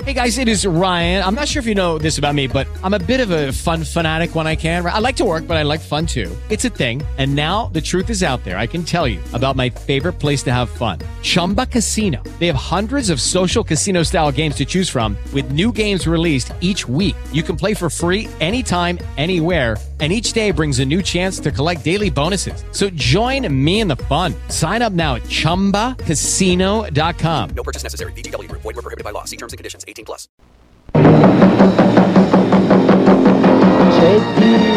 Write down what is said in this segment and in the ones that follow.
Hey guys, it is Ryan. I'm not sure if you know this about me, but I'm a bit of a fun fanatic when I can. I like to work, but I like fun too. It's a thing. And now the truth is out there. I can tell you about my favorite place to have fun. Chumba Casino. They have hundreds of social casino style games to choose from with new games released each week. You can play for free anytime, anywhere. And each day brings a new chance to collect daily bonuses. So join me in the fun. Sign up now at ChumbaCasino.com. No purchase necessary. VGW Group. Void where prohibited by law. See terms and conditions. 18+. C'è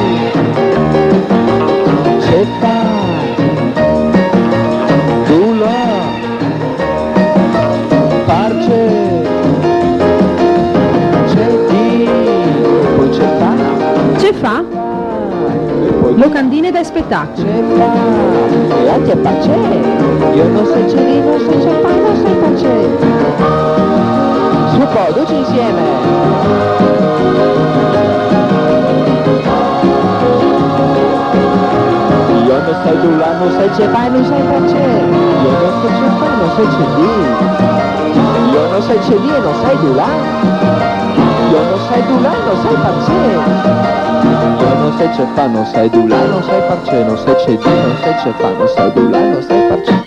fa, tu là, parce, c'è poi Ce fa? Locandine da spettacolo. c'è fa, la c'è pace, io non so c'è lì, non so c'è fa, non so pace. Su po', tutti insieme. Io non sai tu là, non sai c'è fa, non sai pace. Io non so c'è fa, non sai c'è lì. Io non sai c'è lì e non sai tu là. Io non sai tu là, non sai pace. Io non sai c'è fa, non sai tu là, non sai parce, non sai c'è lì, non sai c'è fa, non sai tu là, non sai parce.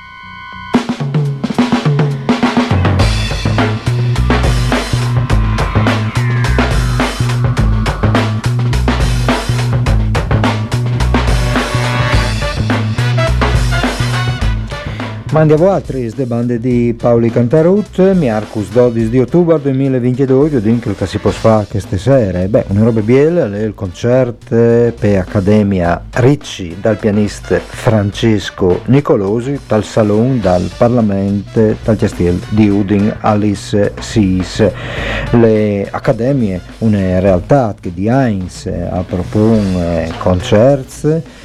Ma andiamo altri, le bande di Paoli Cantarut, Miarcus 12 di ottobre 2022, vi dico che si può fare queste sere. Beh, una roba biela, il concerto per Accademia Ricci dal pianista Francesco Nicolosi, dal Salon, dal Parlamento, dal Castel di Udin Alice Sis. Le accademie, una realtà che di Heinz ha propone concerti.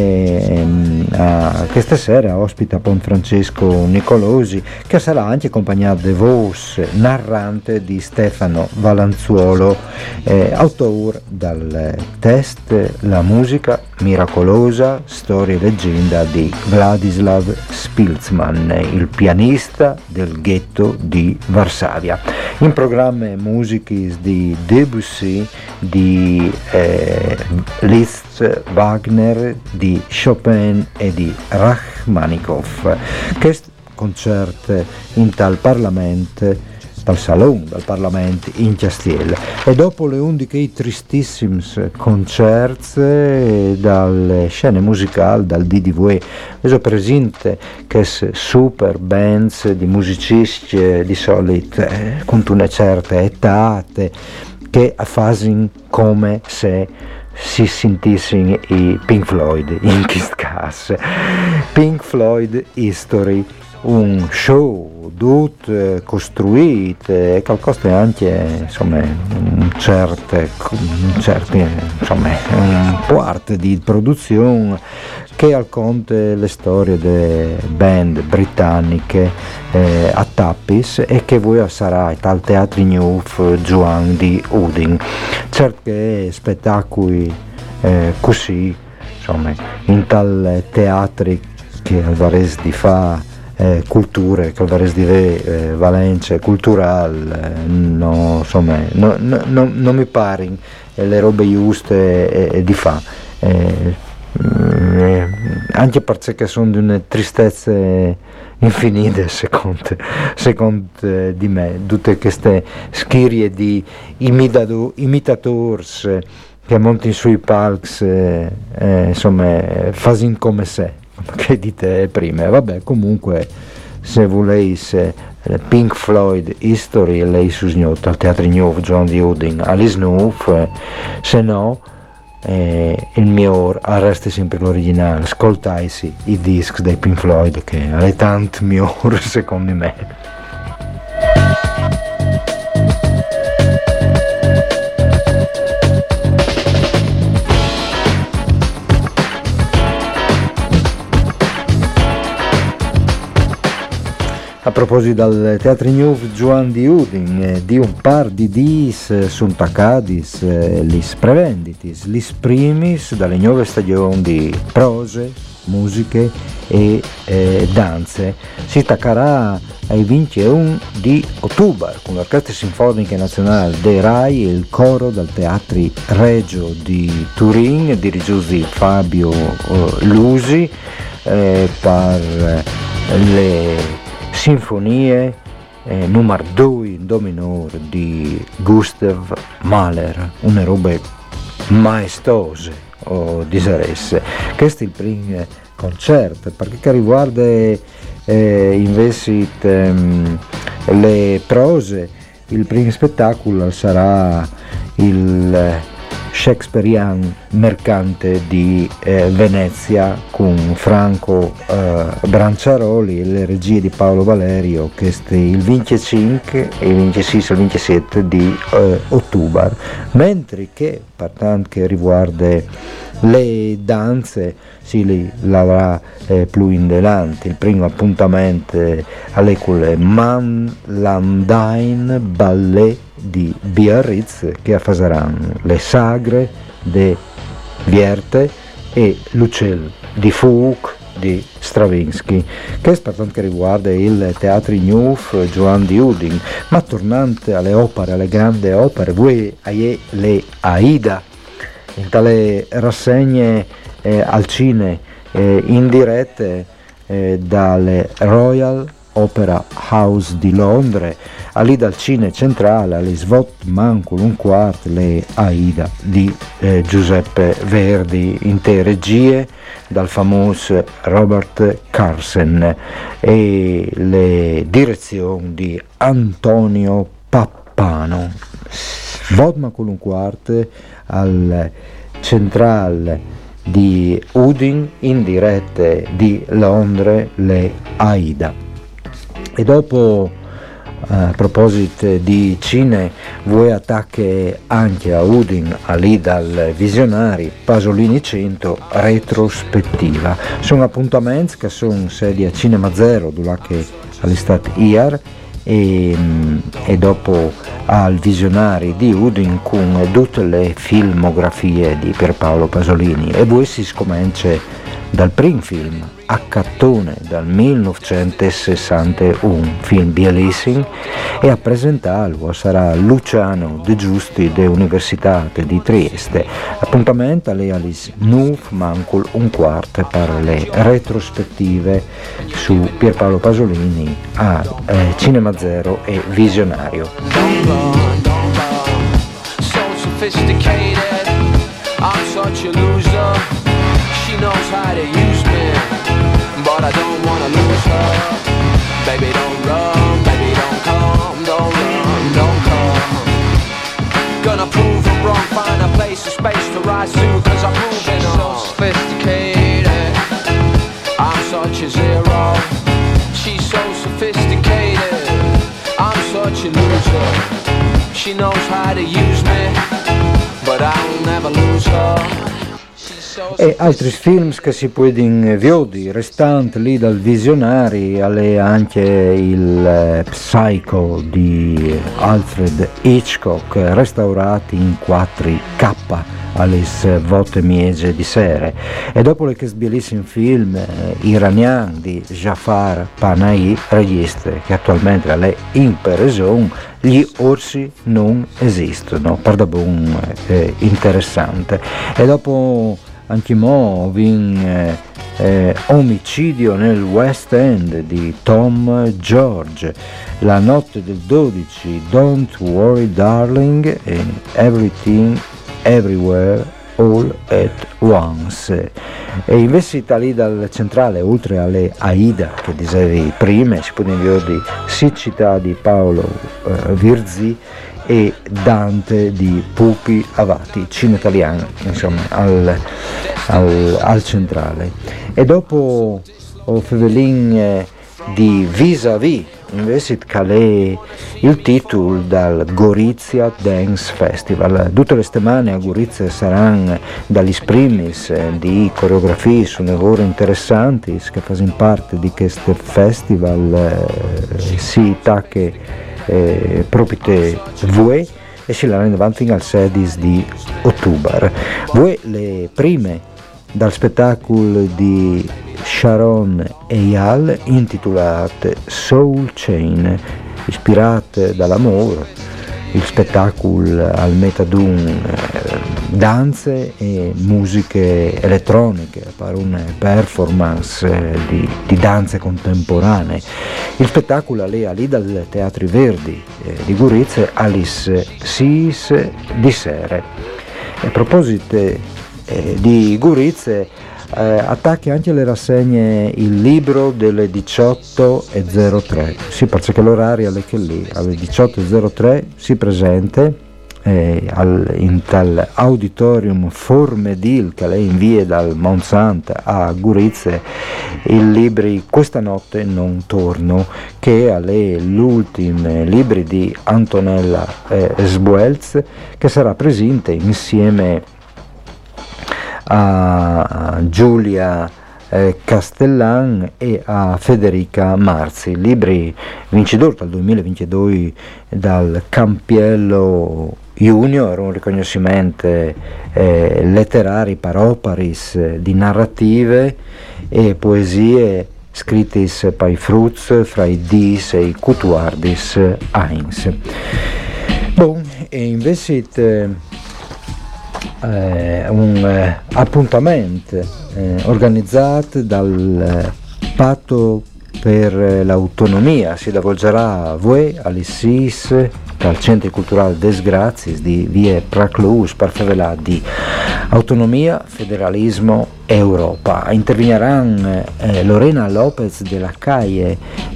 Questa sera ospita Pon Francesco Nicolosi, che sarà anche accompagnato da voce narrante di Stefano Valanzuolo, autore dal test La musica miracolosa, storia e leggenda di Vladislav Spilzman, il pianista del ghetto di Varsavia. In programma musiche di Debussy, di Liszt, Wagner, di Chopin e di Rachmaninoff. Questo concerto in tal Parlamento, dal Salon del Parlamento in Castiel. E dopo le 11 tristissimi concerti dalle scene musicali, dal DDV, ho presente che super bands di musicisti di solito con una certa età che fanno come se si sentissero i Pink Floyd in questo caso. Pink Floyd History, un show tutto costruito e qualcosa anche insomma un certo insomma un parte di produzione che racconta le storie delle band britanniche a Tappis e che voi sarà al Teatro Neuf Juan di Udin. Certo che spettacoli così insomma in tal teatri che Alvarez di fa culture, che Alvarez di valenze culturale, no, insomma non mi pare le robe giuste di fa. Anche perché sono di una tristezza infinita secondo di me, tutte queste schirie di imitatori che montano sui palcs insomma fanno come se, che dite prima. Vabbè, comunque se volesse Pink Floyd History lei su Snoot al Teatro Nuovo John di Udin all'Isnouf, se no il mio resta sempre l'originale, ascoltaisi i dischi dei Pink Floyd che è tanto mio secondo me. A proposito dal Teatro Nuovo Joan di Udin, di un par di dies sunt accadis lis prevenditis, lis primis dalle nuove stagioni di prose, musiche e danze. Si staccherà ai 21 di ottobre con l'Orchestra Sinfonica Nazionale dei Rai e il coro del Teatro Regio di Turin, dirigito di Fabio Lusi, per le sinfonie numero 2 in do minore di Gustav Mahler, una roba maestose o diseresse. Questo è il primo concerto, perché riguarda invece le prose, il primo spettacolo sarà il Shakespearean Mercante di Venezia con Franco Branciaroli e le regie di Paolo Valerio, che è il 25 e il 26 e il 27 di ottobre, mentre che per tanto che riguarda le danze si l'avrà più in avanti. Il primo appuntamento alle con Landine Ballet di Biarritz, che affasaranno le sagre de Vierte e l'Uccel di Fuch di Stravinsky, che è per tanto che riguarda il Teatro Nuovo Joan di Udin. Ma tornante alle opere, alle grandi opere, voi le Aida, in tale rassegne al cine in dirette dalle Royal Opera House di Londra, lì dal Cine Centrale alle Svot Mancul un quarto, le Aida di Giuseppe Verdi, in te regie dal famoso Robert Carsen e le direzioni di Antonio Pappano. Svot Mancul un quarto al Centrale di Udin, in dirette di Londra, le Aida. E dopo, a proposito di cine, voi attacche anche a Udin, lì dal Visionari Pasolini 100 retrospettiva. Sono appuntamenti che sono sedi a Cinema Zero, che all'estate IAR, e dopo al Visionari di Udin con tutte le filmografie di Pierpaolo Pasolini. E voi si scomincia dal primo film, A Cattone, dal 1961, film bellissimo, e a presentarlo sarà Luciano De Giusti dell'Università di Trieste. Appuntamento alle Alice Nuovo Mancul un quarto per le retrospettive su Pierpaolo Pasolini a Cinema Zero e Visionario. She knows how to use me, but I don't wanna lose her. Baby, don't run, baby, don't come, don't run, don't come. Gonna prove I'm wrong, find a place, a space to rise to, cause I'm moving on. So sophisticated, I'm such a zero. She's so sophisticated, I'm such a loser. She knows how to use me, but I'll never lose her. E altri film che si pueden vedere, restante lì dal Visionari, alle anche il Psycho di Alfred Hitchcock, restaurati in 4K alle volte miese di sere. E dopo le che sbellissimi film iraniani di Jafar Panahi, regista che attualmente è in prison, gli orsi non esistono, per da buon interessante. E dopo anche mo Omicidio nel West End di Tom George, La notte del 12, Don't Worry Darling, e Everything Everywhere All at Once. E invece lì dal centrale, oltre alle Aida che dicevi prima, si può vedere di Siccità di Paolo Virzi e Dante di Pupi Avati, cinema italiano, insomma, al centrale. E dopo Fevelin di Vis-à-vis, invece calè il titolo dal Gorizia Dance Festival. Tutte le settimane a Gorizia saranno dagli primis di coreografie su lavori interessanti che fanno parte di questo festival, si tacche proprio voi e si la davanti al 16 di ottobre. Voi le prime dal spettacolo di Sharon Eyal intitolate Soul Chain, ispirate dall'amore. Il spettacolo al metadun danze e musiche elettroniche per una performance di danze contemporanee. Il spettacolo è lì dal Teatri Verdi di Gorizia alle 6 di sera. A proposito di Gorizia, attacchi anche le rassegne Il libro delle 18:03. Sì, perché l'orario è che lì alle 18:03 si presenta in tal auditorium Formedil che lei invia dal Monsanto a Gorizia il libri Questa notte non torno, che è l'ultimo libro di Antonella Sbuelz, che sarà presente insieme a Giulia Castellan e a Federica Marzi, libri vincitori dal 2022 dal Campiello Junior, un riconoscimento letterario per oparis di narrative e poesie scritte per i Fruz, fra i Dis e i Cutuardis Heinz. Bon, e invece un appuntamento organizzato dal Patto per l'Autonomia si svolgerà a voi alle 6 dal Centro Culturale Des Grazies di Via Praclus per favela di Autonomia, Federalismo, Europa. Intervegneranno Lorena Lopez della CAIE,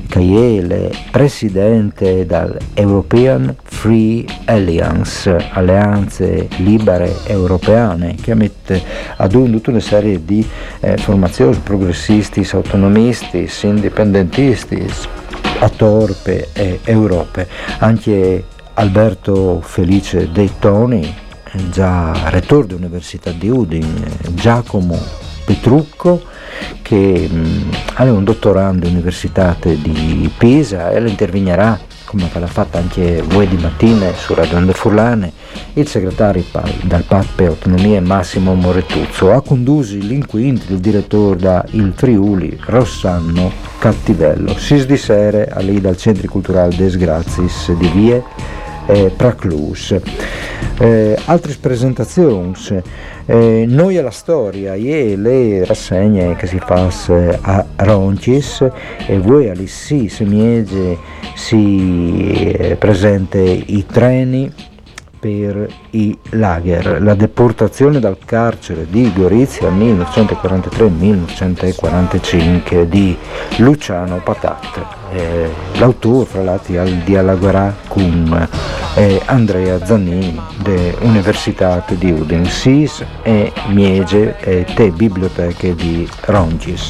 presidente dall'European Free Alliance, alleanze libere europeane, che mette ad un tutta una serie di formazioni progressisti, autonomisti, indipendentisti, a Torpe e Europe. Anche Alberto Felice Deitoni, già rettore dell'Università di Udine, Giacomo Petrucco, che ha un dottorando all'Università di Pisa, e intervegnerà, come l'ha fatta anche voi di mattina su Radio Onde Furlane, il segretario dal Patto per Autonomia Massimo Moretuzzo. Ha condotto l'inquinto del direttore da il Friuli Rossano Cattivello. Sis di sera lì dal Centro Culturale Des Grazies di Vie Praclus. Altre presentazioni, noi alla storia e le rassegne che si fa a Roncis, e voi alle sì semiege si presente i treni per i lager, la deportazione dal carcere di Gorizia 1943-1945 di Luciano Patat. L'autore, fra l'altro, dialogherà con Andrea Zannini dell'Università di Udine, SIS e Miege e te biblioteche di Roncis.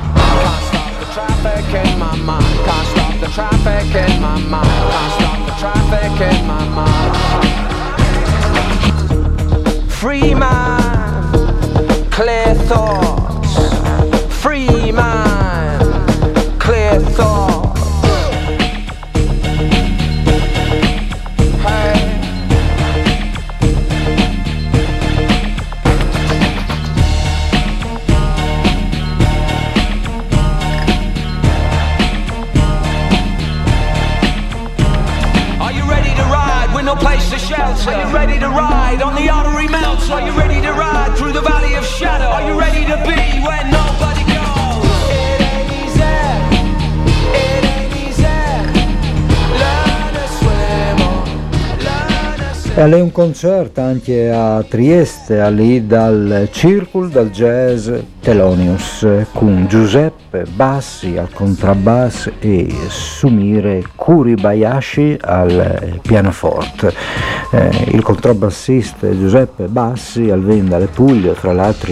Free mind, clear thoughts. Free mind, clear thoughts. Hey. Are you ready to ride with no place to shelter? Are you ready to ride on the artery melts? Are you ready to ride through the valley of shadow? Are you ready to be where nobody goes? It ain't easy, it ain't easy. Learn to swim, learn to swim. E a lei un concerto anche a Trieste, lì dal Circolo del Jazz Thelonious con Giuseppe Bassi al contrabbasso e Sumire Kuribayashi al pianoforte. Il contrabbassista Giuseppe Bassi al venda alle Puglie, fra l'altro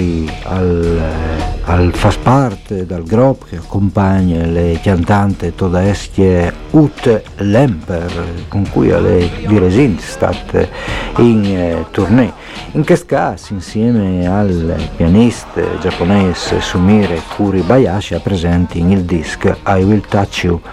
al fa parte dal gruppo che accompagna le cantanti tedesche Ute Lemper, con cui le diresenti state in tournée. In questo caso, insieme al pianista giapponese Sumire Kuribayashi, è presente in il disco I Will Touch You,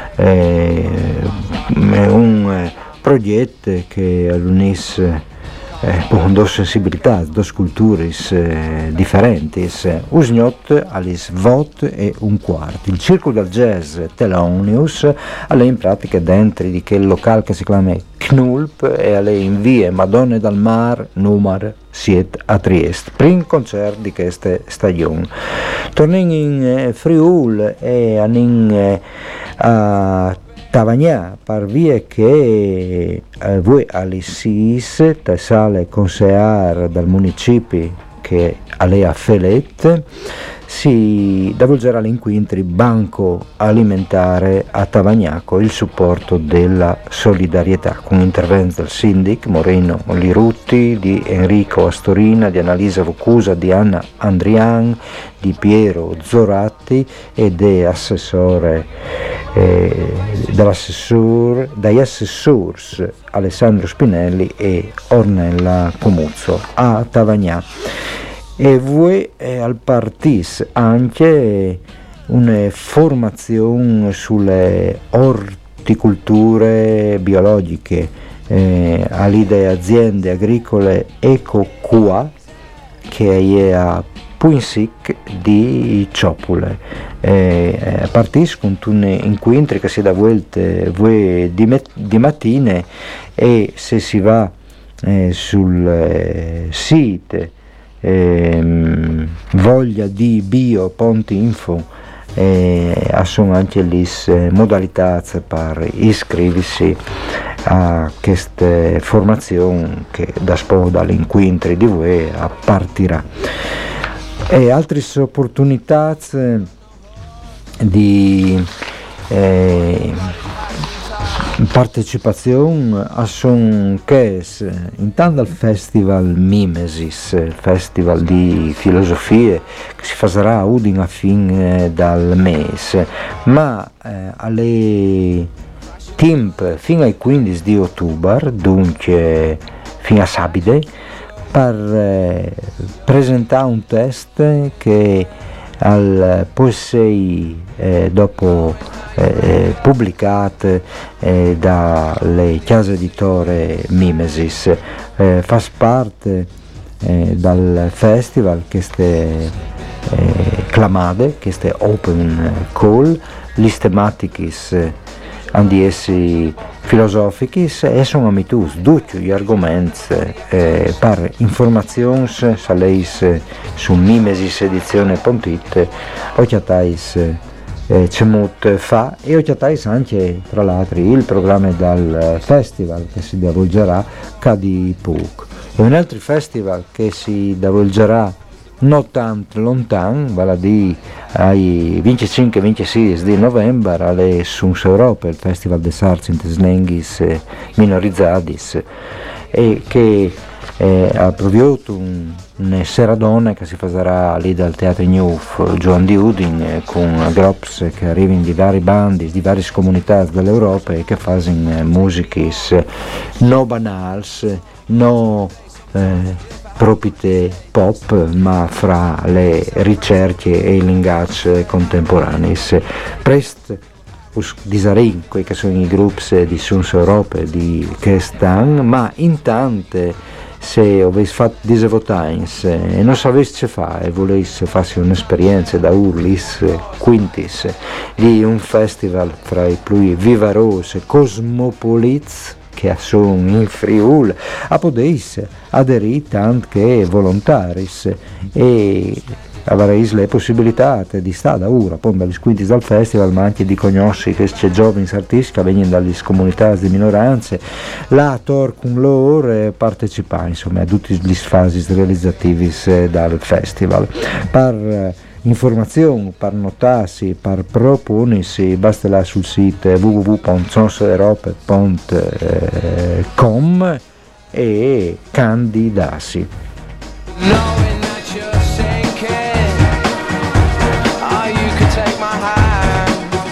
un progetto che all'unisce due sensibilità, due culture differenti, usgnot alis vot e un quarto. Il circolo del jazz Thelonious è in pratica dentro di quel locale che si chiama Knulp e alle in via Madonne dal Mar numero 7 a Trieste, primo concerto di questa stagione. Torniamo in Friul e a Tavagnà, per via che voi all'ISIS, sale consigliere dal municipio che a Felet, si davolgerà l'incontro Banco Alimentare a Tavagnaco, il supporto della solidarietà, con intervento del sindaco Moreno Lirutti, di Enrico Astorina, di Annalisa Vocusa, di Anna Andrian, di Piero Zoratti e dagli assessors Alessandro Spinelli e Ornella Comuzzo a Tavagnà. E voi al partis anche una formazione sulle orticolture biologiche alle aziende agricole EcoQua che è a Puinsic di Ciopule. Partis con un incontro che si dà volte di mattine, e se si va sul sito voglia di bio.info sono anche le modalità per iscriversi a queste formazioni che da spo dall'incontro di voi partirà. E altre opportunità di partecipazione sono che intanto al Festival Mimesis, il festival di filosofie che si farà a Udine a fine dal mese, ma alle timp fino al 15 di ottobre, dunque fino a sabato, per presentare un test che poi sei dopo pubblicate dalle case editore Mimesis, fa parte dal festival queste clamade, queste open call, le tematiche di essi filosofici e sono amitus tutti gli argomenti per informazioni saleis su mimesisedizione.it o chiatais Cemut fa, e ho chiatais anche tra l'altro il programma dal festival che si svolgerà Cadi Puc, e un altro festival che si svolgerà non tanto lontano, vale a dire ai 25-26 di novembre alle Suns Europa, il Festival des Arts Inteslenghis Minorizzadis, e che ha prodotto una seradona che si farà lì dal Teatro Newf Gioan di Udine, con gruppi che arrivano di vari bandi, di varie comunità dell'Europa e che fanno musiche no banals, no proprie pop, ma fra le ricerche e i linguaggi contemporanei. Presto disarin quelli che sono i gruppi di Suns Europa di Kestan, ma intanto se avessi fatto dise votains e non sapessi che fare e volessi farsi un'esperienza da Urlis Quintis di un festival fra i più vivarosi cosmopolits che sono in Friul, a potersi aderire tanto che volontaris, e avrei le possibilità di stare da ora, poi dalle squinti dal festival, ma anche di conoscere che c'è giovani artisti che vengono dalle comunità di minoranze, là tor con loro e partecipare insomma a tutte le fasi realizzative dal festival. Per informazioni, per notarsi, per proporsi, basta là sul sito www.sonsoderope.com e candidarsi. Knowing that you're sinking, oh, you could take my hand.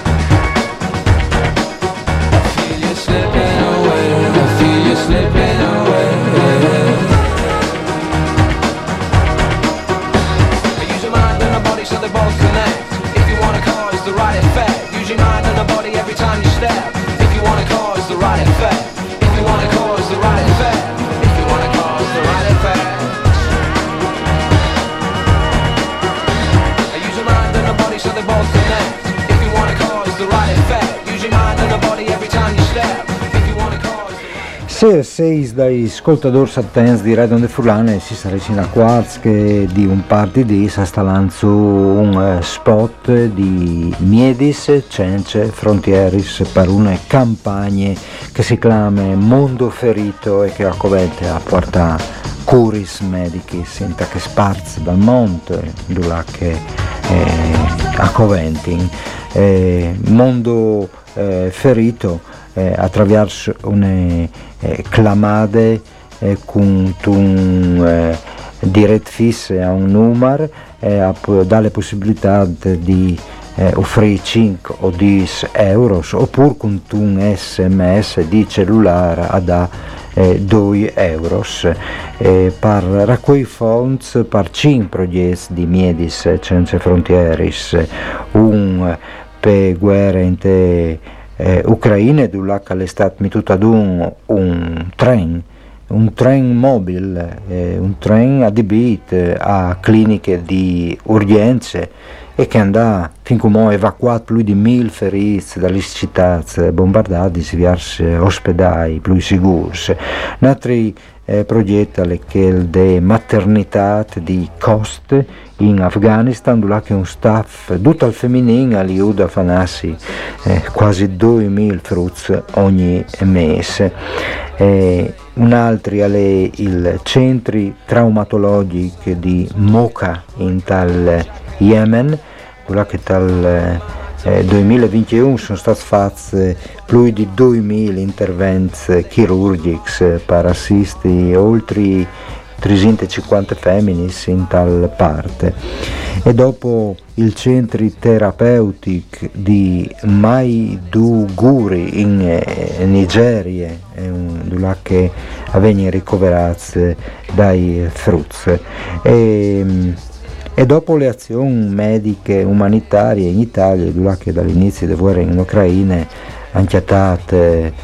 I feel you slipping away, I feel you slipping away. Use your mind and the body so they both connect. If you wanna cause the right effect, use your mind and the body every time you step. If you wanna cause the right effect, if you wanna cause the right effect, if you wanna cause the right effect. So they both connect. If you want to cause the right effect, use your mind and the body every time you step. If you want to cause Se sei dai ascoltatori attenti di Radio Onde Furlane si sarà in a quarts che di un party di sta lanzo un spot di Miedis Cence Frontieris per una campagna che si chiama Mondo Ferito e che a covente a portare curis medicis in che sparz dal monte dove che a Coventin mondo ferito attraverso una clamade con un direct fisse a un numero dà la possibilità di offrire 5 o 10 euro oppure con un sms di cellulare a da 2 euro per raccogliere fondi per 5 progetti di Miedis Senza Frontieris, un per guerra in Ucraina dove è stato mettuto ad un tren mobile, un tren adibito a cliniche di urgenze e che andà fin come evacuato più di 1000 feriti dalle città bombardate verso ospedali più sicuri. Un altro progetto è quello di maternità di coste in Afghanistan, dove c'è un staff tutto al femminile aiuta a fanarsi quasi 2000 frutti ogni mese. Un altro è il centri traumatologici di Mocha in tal Yemen, dove che tal 2021 sono stati fatti più di 2000 interventi chirurgici per assistere oltre 350 femmine in tal parte. E dopo il centro terapeutico di Maiduguri in Nigeria, dove che vengono ricoverati dai frutti. E dopo le azioni mediche umanitarie in Italia, dove che dall'inizio della guerra in Ucraina hanno chiamato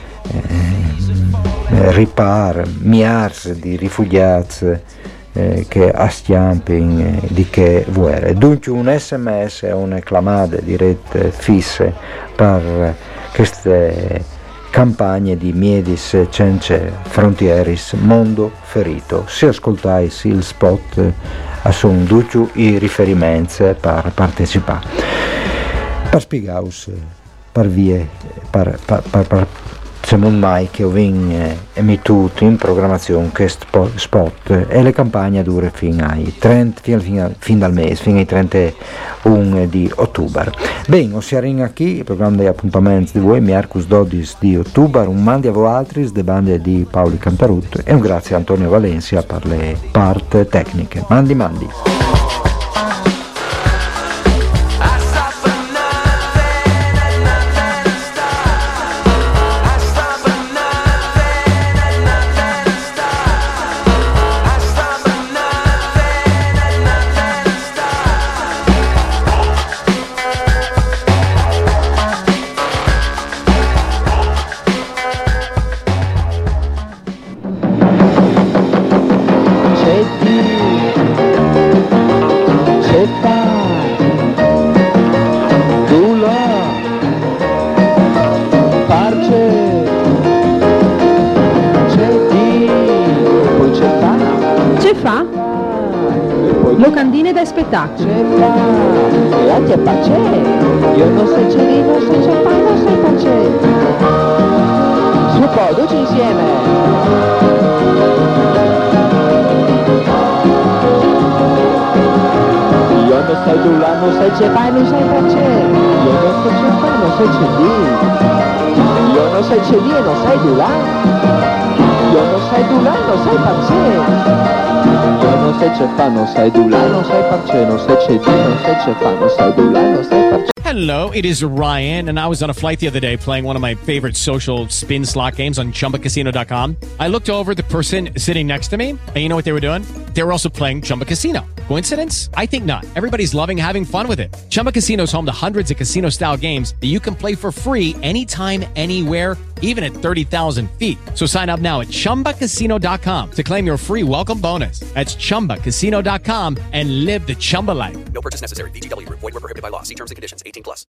miliardi di rifugiati che stiampano di che guerra. Dunque un sms è una chiamata diretta fisse per queste campagne di Miedis Senza Frontieris Mondo Ferito. Se ascoltai il spot a son duccio i riferimenti per partecipare. Per spiegaus per vie per siamo mai che ho emettuto in programmazione questo spot e le campagne dure fino ai 30 fin dal mese, fino ai 31 di ottobre. Bene, o si arriva qui il programma degli appuntamenti di voi mercoledì 12 di ottobre, un mandi a voi altri de bande di Paoli Camperut e un grazie a Antonio Valencia per le part tecniche. Mandi. locandine da spettacolo. Ce fa, e anche pace. Io non sei c'è, non sei ce fa, non sei pace. Su po', tutti insieme. Io non sei tu là, non sei ce fai, non sei pace. Io non sei ce fai, non sei ce lì. Io non sei ce lì e non sei tu là. Io non sei tu là, non sei pace. Io non sei ce fa, non sei tu là, non sei parce, non sei ce lì, non sei ce fa, non sei tu là, non sei parce. Hello, it is Ryan, and I was on a flight the other day playing one of my favorite social spin slot games on ChumbaCasino.com. I looked over at the person sitting next to me, and you know what they were doing? They were also playing Chumba Casino. Coincidence? I think not. Everybody's loving having fun with it. Chumba Casino is home to hundreds of casino-style games that you can play for free anytime, anywhere, even at 30,000 feet. So sign up now at ChumbaCasino.com to claim your free welcome bonus. That's ChumbaCasino.com and live the Chumba life. No purchase necessary. VGW Group. Void where prohibited by law. See terms and conditions. 18+.